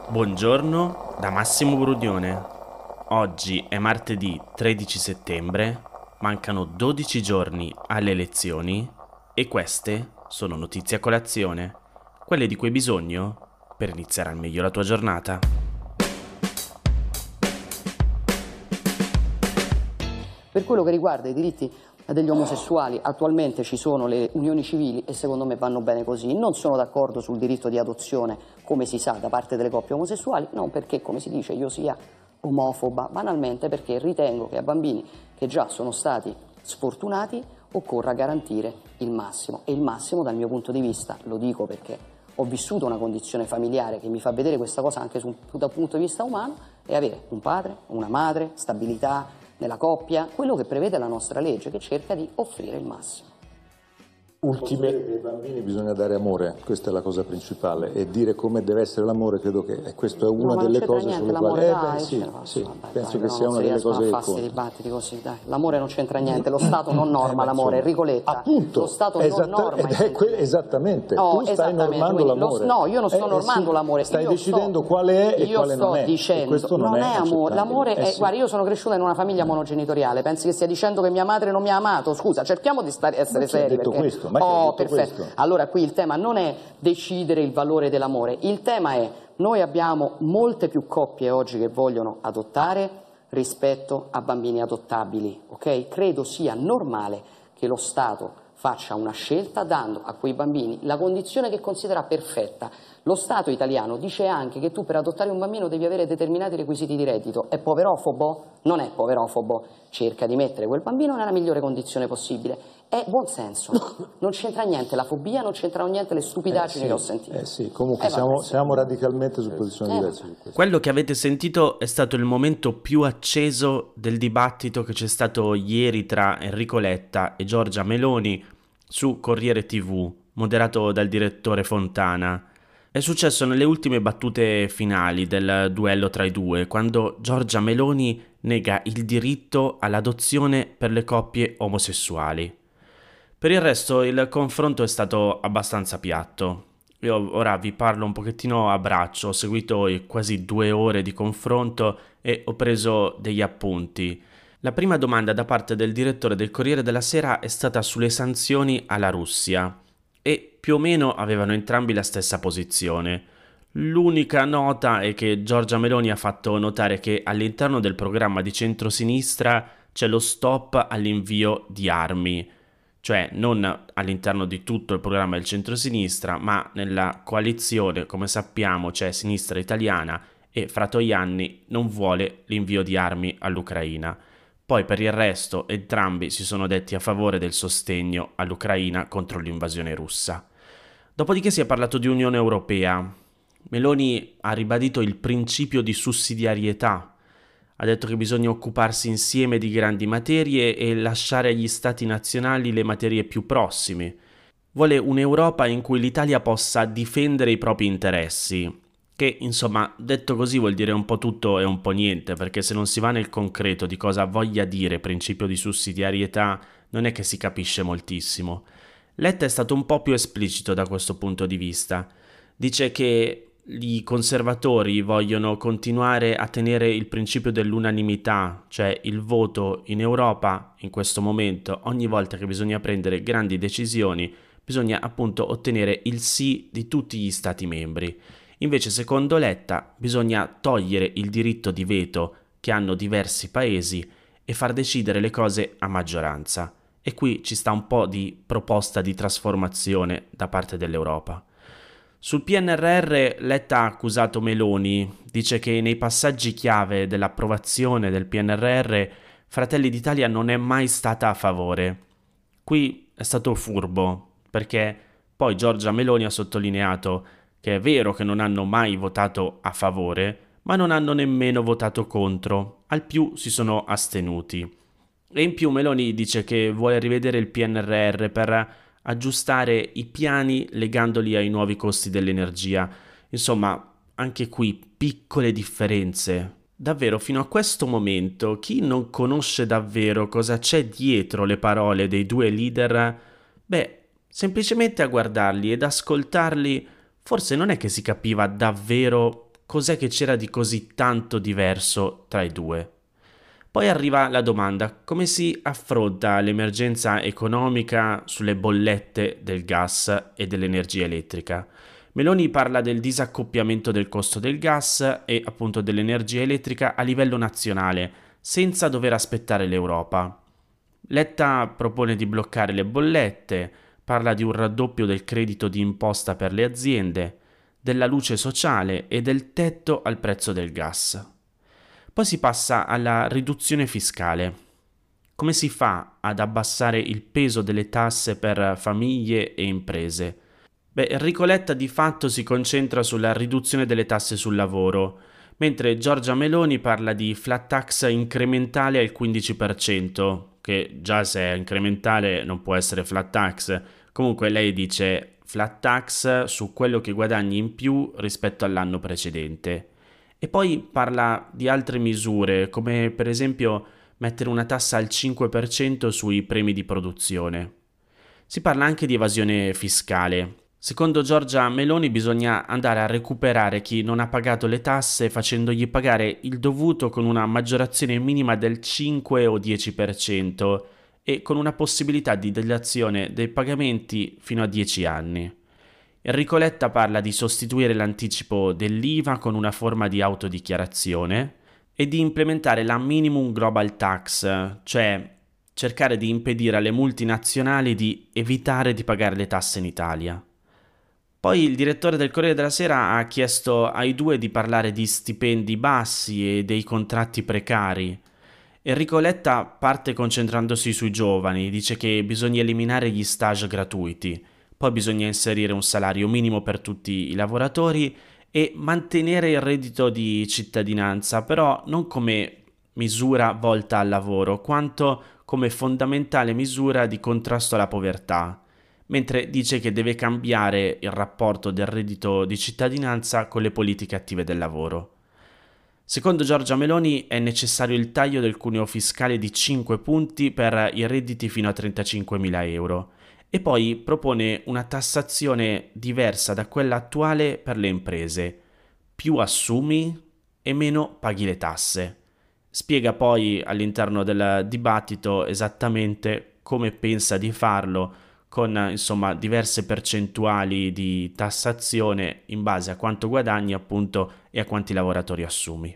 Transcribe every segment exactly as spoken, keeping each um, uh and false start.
Buongiorno da Massimo Brudione. Oggi è martedì tredici settembre, mancano dodici giorni alle elezioni e queste sono notizie a colazione, quelle di cui hai bisogno per iniziare al meglio la tua giornata. Per quello che riguarda i diritti degli omosessuali, attualmente ci sono le unioni civili e secondo me vanno bene così. Non sono d'accordo sul diritto di adozione, come si sa, da parte delle coppie omosessuali, non perché, come si dice, io sia omofoba, banalmente perché ritengo che a bambini che già sono stati sfortunati occorra garantire il massimo. E il massimo dal mio punto di vista, lo dico perché ho vissuto una condizione familiare che mi fa vedere questa cosa anche su, dal punto di vista umano, è avere un padre, una madre, stabilità nella coppia, quello che prevede la nostra legge, che cerca di offrire il massimo. Ultime, ai bambini bisogna dare amore, questa è la cosa principale, e dire come deve essere l'amore, credo che questa è una no, delle cose niente, sulle quali... Eh, beh, dai, sì, no, sì, vabbè, penso dai, che sia no, una delle cose che conta. conta. Dibattiti così, dai. L'amore non c'entra niente, lo Stato non norma eh, l'amore, Enrico Letta. Appunto, lo Stato esatta- non norma ed è que- esattamente, no, tu stai normando l'amore. Lo, no, io non sto eh, normando sì, l'amore. Stai io decidendo sto, quale è e io quale sto non è. dicendo, e questo non, non è, è amore, l'amore eh, è... sì. Guarda, io sono cresciuta in una famiglia monogenitoriale, pensi che stia dicendo che mia madre non mi ha amato? Scusa, cerchiamo di stare, essere Ma chi ha seri. detto perché... questo? Ma chi ha oh, detto perfetto. questo? Allora qui il tema non è decidere il valore dell'amore, il tema è noi abbiamo molte più coppie oggi che vogliono adottare rispetto a bambini adottabili, ok? Credo sia normale che lo Stato faccia una scelta dando a quei bambini la condizione che considera perfetta. Lo Stato italiano dice anche che tu per adottare un bambino devi avere determinati requisiti di reddito. È poverofobo? Non è poverofobo. Cerca di mettere quel bambino nella migliore condizione possibile. È buon senso. Non c'entra niente la fobia, non c'entrano niente le stupidaggini eh sì, che ho sentito. Eh sì, comunque eh, siamo, vabbè, siamo radicalmente su posizioni eh, diverse su questo. Quello che avete sentito è stato il momento più acceso del dibattito che c'è stato ieri tra Enrico Letta e Giorgia Meloni su Corriere tivù, moderato dal direttore Fontana. È successo nelle ultime battute finali del duello tra i due, quando Giorgia Meloni nega il diritto all'adozione per le coppie omosessuali. Per il resto il confronto è stato abbastanza piatto. Io ora vi parlo un pochettino a braccio, ho seguito quasi due ore di confronto e ho preso degli appunti. La prima domanda da parte del direttore del Corriere della Sera è stata sulle sanzioni alla Russia e più o meno avevano entrambi la stessa posizione. L'unica nota è che Giorgia Meloni ha fatto notare che all'interno del programma di centrosinistra c'è lo stop all'invio di armi, cioè non all'interno di tutto il programma del centrosinistra, ma nella coalizione, come sappiamo, c'è Sinistra Italiana e Fratoianni non vuole l'invio di armi all'Ucraina. Poi per il resto entrambi si sono detti a favore del sostegno all'Ucraina contro l'invasione russa. Dopodiché si è parlato di Unione Europea. Meloni ha ribadito il principio di sussidiarietà. Ha detto che bisogna occuparsi insieme di grandi materie e lasciare agli stati nazionali le materie più prossime. Vuole un'Europa in cui l'Italia possa difendere i propri interessi. Che, insomma, detto così vuol dire un po' tutto e un po' niente, perché se non si va nel concreto di cosa voglia dire principio di sussidiarietà, non è che si capisce moltissimo. Letta è stato un po' più esplicito da questo punto di vista. Dice che i conservatori vogliono continuare a tenere il principio dell'unanimità, cioè il voto in Europa, in questo momento, ogni volta che bisogna prendere grandi decisioni, bisogna appunto ottenere il sì di tutti gli stati membri. Invece, secondo Letta, bisogna togliere il diritto di veto che hanno diversi paesi e far decidere le cose a maggioranza. E qui ci sta un po' di proposta di trasformazione da parte dell'Europa. Sul P N R R Letta ha accusato Meloni, dice che nei passaggi chiave dell'approvazione del P N R R Fratelli d'Italia non è mai stata a favore. Qui è stato furbo, perché poi Giorgia Meloni ha sottolineato che è vero che non hanno mai votato a favore, ma non hanno nemmeno votato contro, al più si sono astenuti. E in più Meloni dice che vuole rivedere il P N R R per aggiustare i piani legandoli ai nuovi costi dell'energia. Insomma, anche qui piccole differenze. Davvero, fino a questo momento, chi non conosce davvero cosa c'è dietro le parole dei due leader, beh, semplicemente a guardarli ed ascoltarli, forse non è che si capiva davvero cos'è che c'era di così tanto diverso tra i due. Poi arriva la domanda: come si affronta l'emergenza economica sulle bollette del gas e dell'energia elettrica? Meloni parla del disaccoppiamento del costo del gas e appunto dell'energia elettrica a livello nazionale, senza dover aspettare l'Europa. Letta propone di bloccare le bollette, parla di un raddoppio del credito di imposta per le aziende, della luce sociale e del tetto al prezzo del gas. Poi si passa alla riduzione fiscale. Come si fa ad abbassare il peso delle tasse per famiglie e imprese? Beh, Enrico Letta di fatto si concentra sulla riduzione delle tasse sul lavoro, mentre Giorgia Meloni parla di flat tax incrementale al quindici per cento, che già se è incrementale non può essere flat tax. Comunque lei dice flat tax su quello che guadagni in più rispetto all'anno precedente. E poi parla di altre misure, come per esempio mettere una tassa al cinque per cento sui premi di produzione. Si parla anche di evasione fiscale. Secondo Giorgia Meloni bisogna andare a recuperare chi non ha pagato le tasse facendogli pagare il dovuto con una maggiorazione minima del cinque o dieci per cento e con una possibilità di dilazione dei pagamenti fino a dieci anni. Enrico Letta parla di sostituire l'anticipo dell'I V A con una forma di autodichiarazione e di implementare la Minimum Global Tax, cioè cercare di impedire alle multinazionali di evitare di pagare le tasse in Italia. Poi il direttore del Corriere della Sera ha chiesto ai due di parlare di stipendi bassi e dei contratti precari. Enrico Letta parte concentrandosi sui giovani, dice che bisogna eliminare gli stage gratuiti. Poi bisogna inserire un salario minimo per tutti i lavoratori e mantenere il reddito di cittadinanza, però non come misura volta al lavoro, quanto come fondamentale misura di contrasto alla povertà, mentre dice che deve cambiare il rapporto del reddito di cittadinanza con le politiche attive del lavoro. Secondo Giorgia Meloni è necessario il taglio del cuneo fiscale di cinque punti per i redditi fino a trentacinquemila euro. E poi propone una tassazione diversa da quella attuale per le imprese. Più assumi e meno paghi le tasse. Spiega poi all'interno del dibattito esattamente come pensa di farlo, con insomma diverse percentuali di tassazione in base a quanto guadagni appunto e a quanti lavoratori assumi.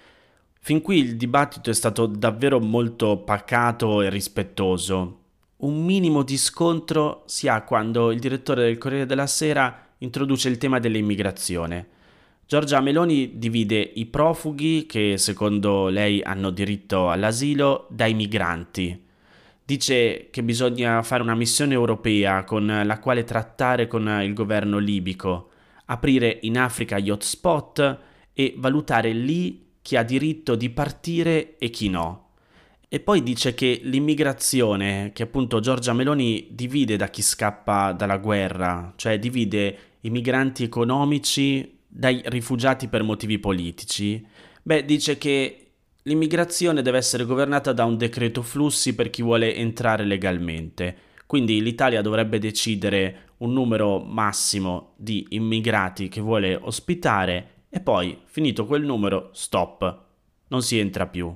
Fin qui il dibattito è stato davvero molto pacato e rispettoso. Un minimo di scontro si ha quando il direttore del Corriere della Sera introduce il tema dell'immigrazione. Giorgia Meloni divide i profughi, che secondo lei hanno diritto all'asilo, dai migranti. Dice che bisogna fare una missione europea con la quale trattare con il governo libico, aprire in Africa gli hotspot e valutare lì chi ha diritto di partire e chi no. E poi dice che l'immigrazione, che appunto Giorgia Meloni divide da chi scappa dalla guerra, cioè divide i migranti economici dai rifugiati per motivi politici, beh, dice che l'immigrazione deve essere governata da un decreto flussi per chi vuole entrare legalmente. Quindi l'Italia dovrebbe decidere un numero massimo di immigrati che vuole ospitare e poi, finito quel numero, stop, non si entra più.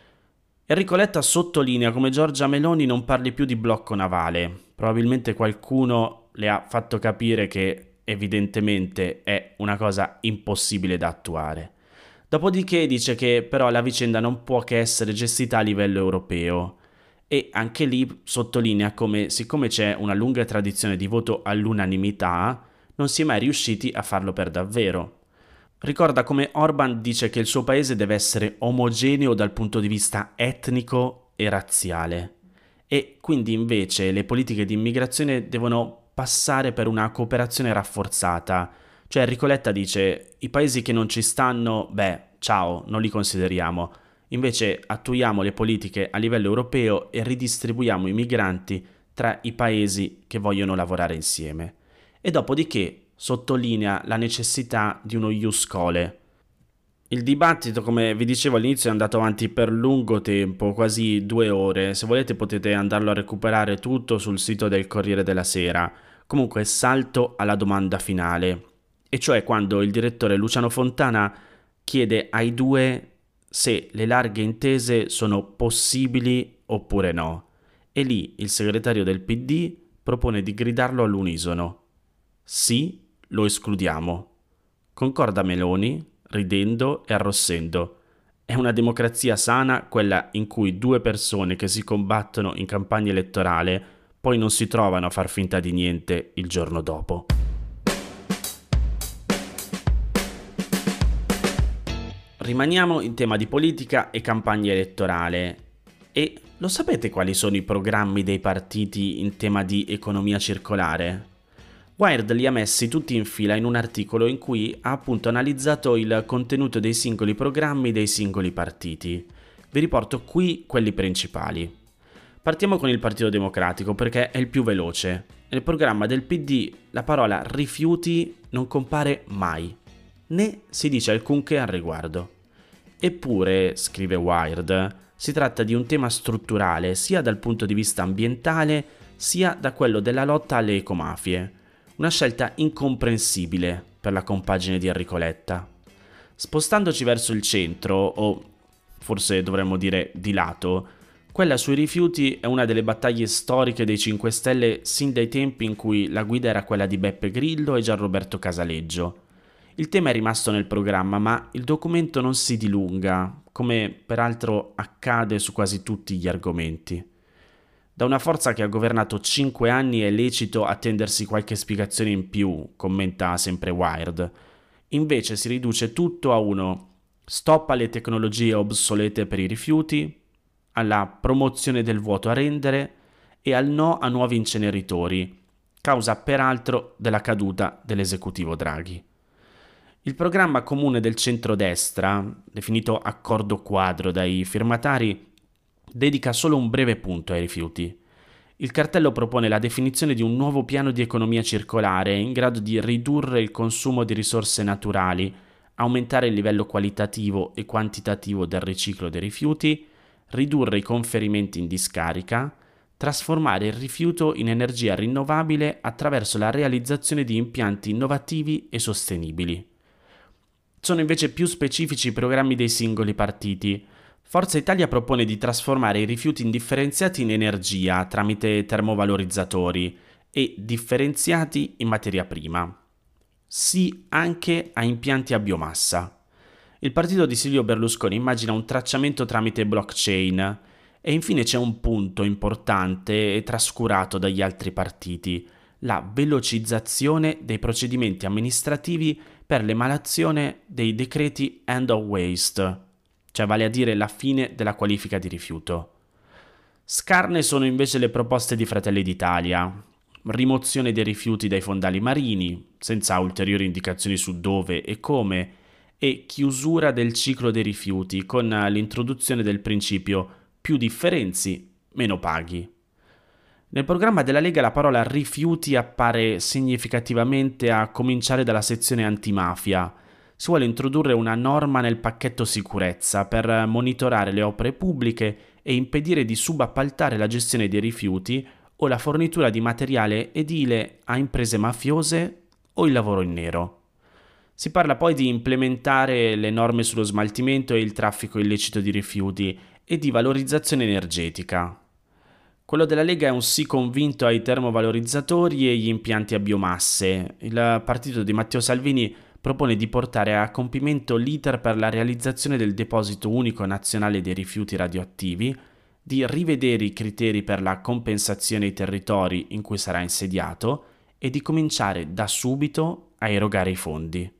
Enrico Letta sottolinea come Giorgia Meloni non parli più di blocco navale. Probabilmente qualcuno le ha fatto capire che evidentemente è una cosa impossibile da attuare. Dopodiché dice che però la vicenda non può che essere gestita a livello europeo e anche lì sottolinea come, siccome c'è una lunga tradizione di voto all'unanimità, non si è mai riusciti a farlo per davvero. Ricorda come Orban dice che il suo paese deve essere omogeneo dal punto di vista etnico e razziale e quindi invece le politiche di immigrazione devono passare per una cooperazione rafforzata. Cioè Enrico Letta dice i paesi che non ci stanno, beh, ciao, non li consideriamo. Invece attuiamo le politiche a livello europeo e ridistribuiamo i migranti tra i paesi che vogliono lavorare insieme. E dopodiché sottolinea la necessità di uno ius scholae. Il dibattito, come vi dicevo all'inizio, è andato avanti per lungo tempo, quasi due ore. Se volete potete andarlo a recuperare tutto sul sito del Corriere della Sera. Comunque salto alla domanda finale. e cioè quando il direttore Luciano Fontana chiede ai due se le larghe intese sono possibili oppure no. E lì il segretario del P D propone di gridarlo all'unisono. Sì, lo escludiamo. Concorda Meloni, ridendo e arrossendo. È una democrazia sana quella in cui due persone che si combattono in campagna elettorale poi non si trovano a far finta di niente il giorno dopo. Rimaniamo in tema di politica e campagna elettorale. E lo sapete quali sono i programmi dei partiti in tema di economia circolare? Wired li ha messi tutti in fila in un articolo in cui ha appunto analizzato il contenuto dei singoli programmi dei singoli partiti. Vi riporto qui quelli principali. Partiamo con il Partito Democratico perché è il più veloce. Nel programma del P D la parola rifiuti non compare mai, né si dice alcunché al riguardo. Eppure, scrive Wired, si tratta di un tema strutturale sia dal punto di vista ambientale sia da quello della lotta alle ecomafie. Una scelta incomprensibile per la compagine di Enrico Letta. Spostandoci verso il centro, o forse dovremmo dire di lato, quella sui rifiuti è una delle battaglie storiche dei cinque Stelle sin dai tempi in cui la guida era quella di Beppe Grillo e Gianroberto Casaleggio. Il tema è rimasto nel programma, ma il documento non si dilunga, come peraltro accade su quasi tutti gli argomenti. Da una forza che ha governato cinque anni è lecito attendersi qualche spiegazione in più, commenta sempre Wired. Invece si riduce tutto a uno stop alle tecnologie obsolete per i rifiuti, alla promozione del vuoto a rendere e al no a nuovi inceneritori, causa peraltro della caduta dell'esecutivo Draghi. Il programma comune del centrodestra, definito accordo quadro dai firmatari, dedica solo un breve punto ai rifiuti. Il cartello propone la definizione di un nuovo piano di economia circolare in grado di ridurre il consumo di risorse naturali, aumentare il livello qualitativo e quantitativo del riciclo dei rifiuti, ridurre i conferimenti in discarica, trasformare il rifiuto in energia rinnovabile attraverso la realizzazione di impianti innovativi e sostenibili. Sono invece più specifici i programmi dei singoli partiti. Forza Italia propone di trasformare i rifiuti indifferenziati in energia tramite termovalorizzatori e differenziati in materia prima. Sì anche a impianti a biomassa. Il partito di Silvio Berlusconi immagina un tracciamento tramite blockchain e infine c'è un punto importante e trascurato dagli altri partiti, la velocizzazione dei procedimenti amministrativi per l'emanazione dei decreti End of Waste, cioè vale a dire la fine della qualifica di rifiuto. Scarne sono invece le proposte di Fratelli d'Italia: rimozione dei rifiuti dai fondali marini, senza ulteriori indicazioni su dove e come, e chiusura del ciclo dei rifiuti con l'introduzione del principio più differenzi, meno paghi. Nel programma della Lega la parola rifiuti appare significativamente a cominciare dalla sezione antimafia. Si vuole introdurre una norma nel pacchetto sicurezza per monitorare le opere pubbliche e impedire di subappaltare la gestione dei rifiuti o la fornitura di materiale edile a imprese mafiose o il lavoro in nero. Si parla poi di implementare le norme sullo smaltimento e il traffico illecito di rifiuti e di valorizzazione energetica. Quello della Lega è un sì convinto ai termovalorizzatori e agli impianti a biomasse. Il partito di Matteo Salvini propone di portare a compimento l'iter per la realizzazione del deposito unico nazionale dei rifiuti radioattivi, di rivedere i criteri per la compensazione ai territori in cui sarà insediato e di cominciare da subito a erogare i fondi.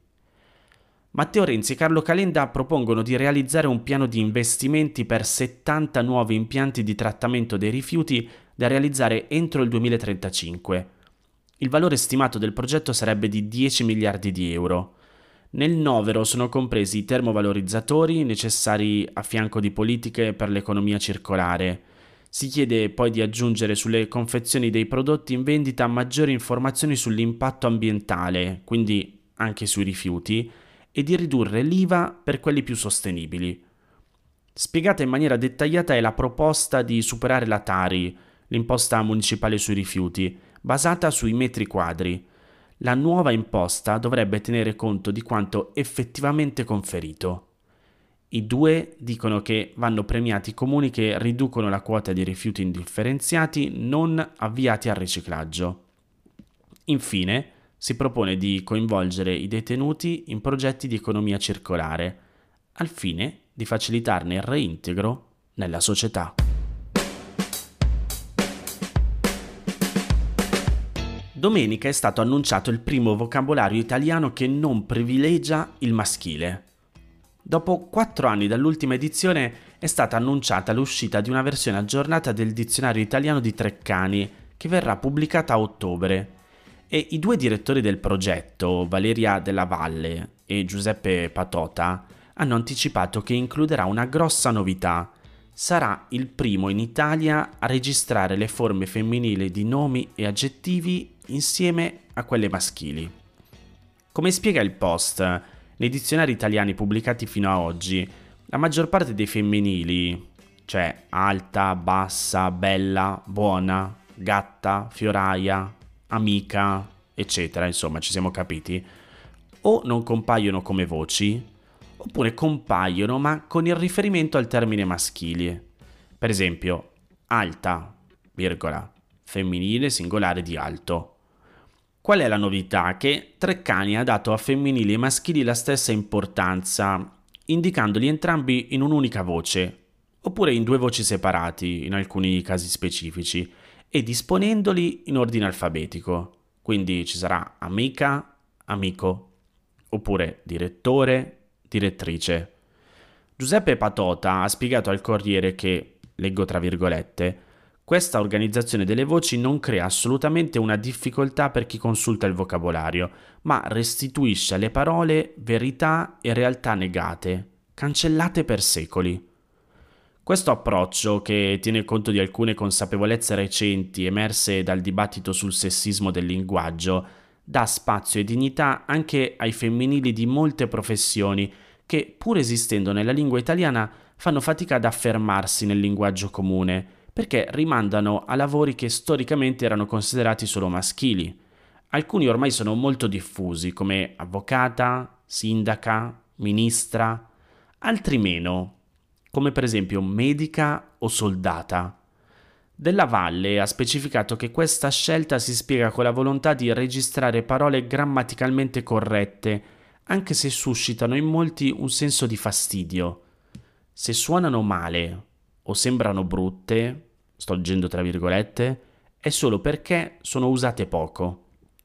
Matteo Renzi e Carlo Calenda propongono di realizzare un piano di investimenti per settanta nuovi impianti di trattamento dei rifiuti da realizzare entro il duemilatrentacinque. Il valore stimato del progetto sarebbe di dieci miliardi di euro. Nel novero sono compresi i termovalorizzatori necessari a fianco di politiche per l'economia circolare. Si chiede poi di aggiungere sulle confezioni dei prodotti in vendita maggiori informazioni sull'impatto ambientale, quindi anche sui rifiuti, e di ridurre l'I V A per quelli più sostenibili. Spiegata in maniera dettagliata è la proposta di superare la Tari, l'imposta municipale sui rifiuti, basata sui metri quadri. La nuova imposta dovrebbe tenere conto di quanto effettivamente conferito. I due dicono che vanno premiati i comuni che riducono la quota di rifiuti indifferenziati non avviati al riciclaggio. Infine, si propone di coinvolgere i detenuti in progetti di economia circolare, al fine di facilitarne il reintegro nella società. Domenica è stato annunciato il primo vocabolario italiano che non privilegia il maschile. Dopo quattro anni dall'ultima edizione è stata annunciata l'uscita di una versione aggiornata del dizionario italiano di Treccani, che verrà pubblicata a ottobre. E i due direttori del progetto, Valeria Della Valle e Giuseppe Patota, hanno anticipato che includerà una grossa novità. Sarà il primo in Italia a registrare le forme femminili di nomi e aggettivi insieme a quelle maschili. Come spiega il Post, nei dizionari italiani pubblicati fino a oggi, la maggior parte dei femminili, cioè alta, bassa, bella, buona, gatta, fioraia, amica, eccetera, insomma ci siamo capiti, o non compaiono come voci, oppure compaiono ma con il riferimento al termine maschile. Per esempio, alta, virgola, femminile singolare di alto. Qual è la novità? Che Treccani ha dato a femminili e maschili la stessa importanza, indicandoli entrambi in un'unica voce, oppure in due voci separati in alcuni casi specifici, e disponendoli in ordine alfabetico. Quindi ci sarà amica, amico, oppure direttore, direttrice. Giuseppe Patota ha spiegato al Corriere che, leggo tra virgolette, questa organizzazione delle voci non crea assolutamente una difficoltà per chi consulta il vocabolario, ma restituisce alle parole verità e realtà negate, cancellate per secoli. Questo approccio, che tiene conto di alcune consapevolezze recenti emerse dal dibattito sul sessismo del linguaggio, dà spazio e dignità anche ai femminili di molte professioni che, pur esistendo nella lingua italiana, fanno fatica ad affermarsi nel linguaggio comune, perché rimandano a lavori che storicamente erano considerati solo maschili. Alcuni ormai sono molto diffusi, come avvocata, sindaca, ministra, altri meno, come per esempio medica o soldata. Della Valle ha specificato che questa scelta si spiega con la volontà di registrare parole grammaticalmente corrette, anche se suscitano in molti un senso di fastidio. Se suonano male o sembrano brutte, sto leggendo tra virgolette, è solo perché sono usate poco.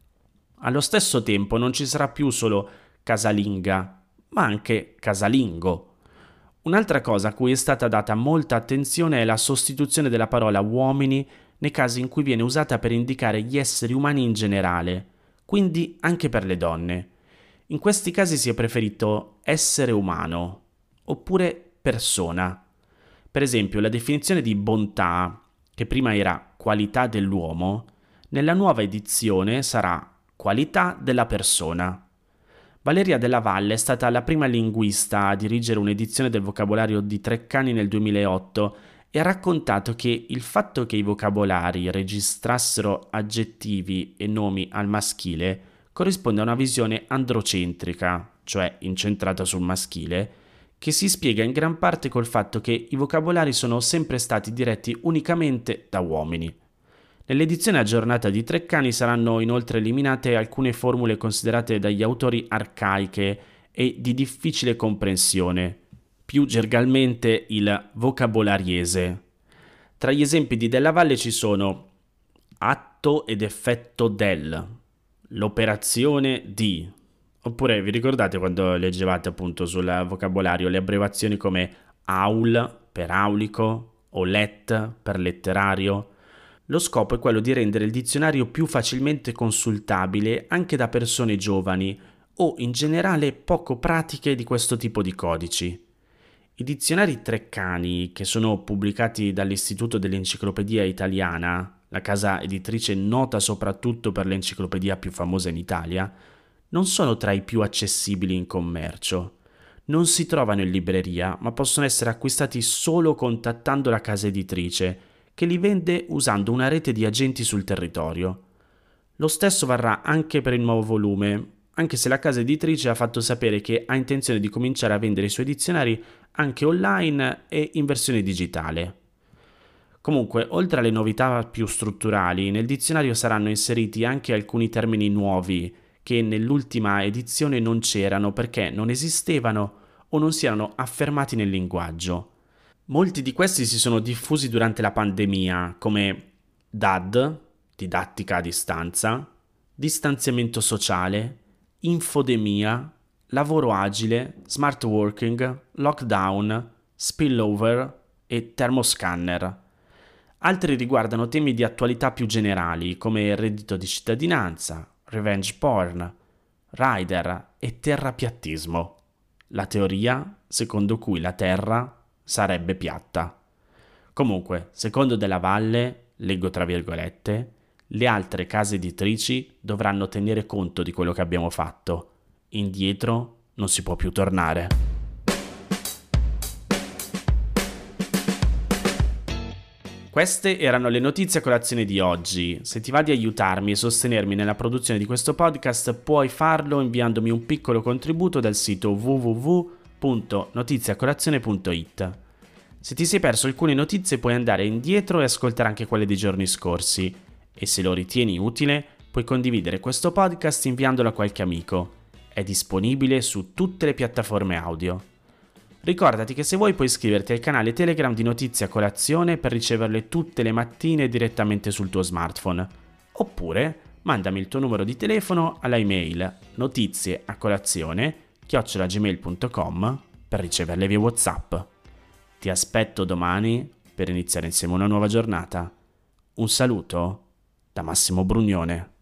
Allo stesso tempo non ci sarà più solo casalinga, ma anche casalingo. Un'altra cosa a cui è stata data molta attenzione è la sostituzione della parola uomini nei casi in cui viene usata per indicare gli esseri umani in generale, quindi anche per le donne. In questi casi si è preferito essere umano, oppure persona. Per esempio, la definizione di bontà, che prima era qualità dell'uomo, nella nuova edizione sarà qualità della persona. Valeria Della Valle è stata la prima linguista a dirigere un'edizione del vocabolario di Treccani nel duemilaotto e ha raccontato che il fatto che i vocabolari registrassero aggettivi e nomi al maschile corrisponde a una visione androcentrica, cioè incentrata sul maschile, che si spiega in gran parte col fatto che i vocabolari sono sempre stati diretti unicamente da uomini. Nell'edizione aggiornata di Treccani saranno inoltre eliminate alcune formule considerate dagli autori arcaiche e di difficile comprensione, più gergalmente il vocabolariese. Tra gli esempi di Della Valle ci sono atto ed effetto del, l'operazione di, oppure vi ricordate quando leggevate appunto sul vocabolario le abbreviazioni come aul per aulico o let per letterario? Lo scopo è quello di rendere il dizionario più facilmente consultabile anche da persone giovani o in generale poco pratiche di questo tipo di codici. I dizionari Treccani, che sono pubblicati dall'Istituto dell'Enciclopedia Italiana, la casa editrice nota soprattutto per l'enciclopedia più famosa in Italia, non sono tra i più accessibili in commercio. Non si trovano in libreria, ma possono essere acquistati solo contattando la casa editrice, che li vende usando una rete di agenti sul territorio. Lo stesso varrà anche per il nuovo volume, anche se la casa editrice ha fatto sapere che ha intenzione di cominciare a vendere i suoi dizionari anche online e in versione digitale. Comunque, oltre alle novità più strutturali, nel dizionario saranno inseriti anche alcuni termini nuovi che nell'ultima edizione non c'erano perché non esistevano o non si erano affermati nel linguaggio. Molti di questi si sono diffusi durante la pandemia, come D A D, didattica a distanza, distanziamento sociale, infodemia, lavoro agile, smart working, lockdown, spillover e thermoscanner. Altri riguardano temi di attualità più generali come il reddito di cittadinanza, revenge porn, rider e terrapiattismo, la teoria secondo cui la Terra sarebbe piatta. Comunque, secondo Della Valle, leggo tra virgolette, le altre case editrici dovranno tenere conto di quello che abbiamo fatto. Indietro non si può più tornare. Queste erano le notizie a colazione di oggi. Se ti va di aiutarmi e sostenermi nella produzione di questo podcast, puoi farlo inviandomi un piccolo contributo dal sito w w w punto notiziacolazione punto i t. Se ti sei perso alcune notizie puoi andare indietro e ascoltare anche quelle dei giorni scorsi. E se lo ritieni utile, puoi condividere questo podcast inviandolo a qualche amico. È disponibile su tutte le piattaforme audio. Ricordati che se vuoi puoi iscriverti al canale Telegram di Notizie a Colazione per riceverle tutte le mattine direttamente sul tuo smartphone. Oppure mandami il tuo numero di telefono alla email notizieacolazione chiocciola gmail punto com per riceverle via WhatsApp. Ti aspetto domani per iniziare insieme una nuova giornata. Un saluto da Massimo Brugnone.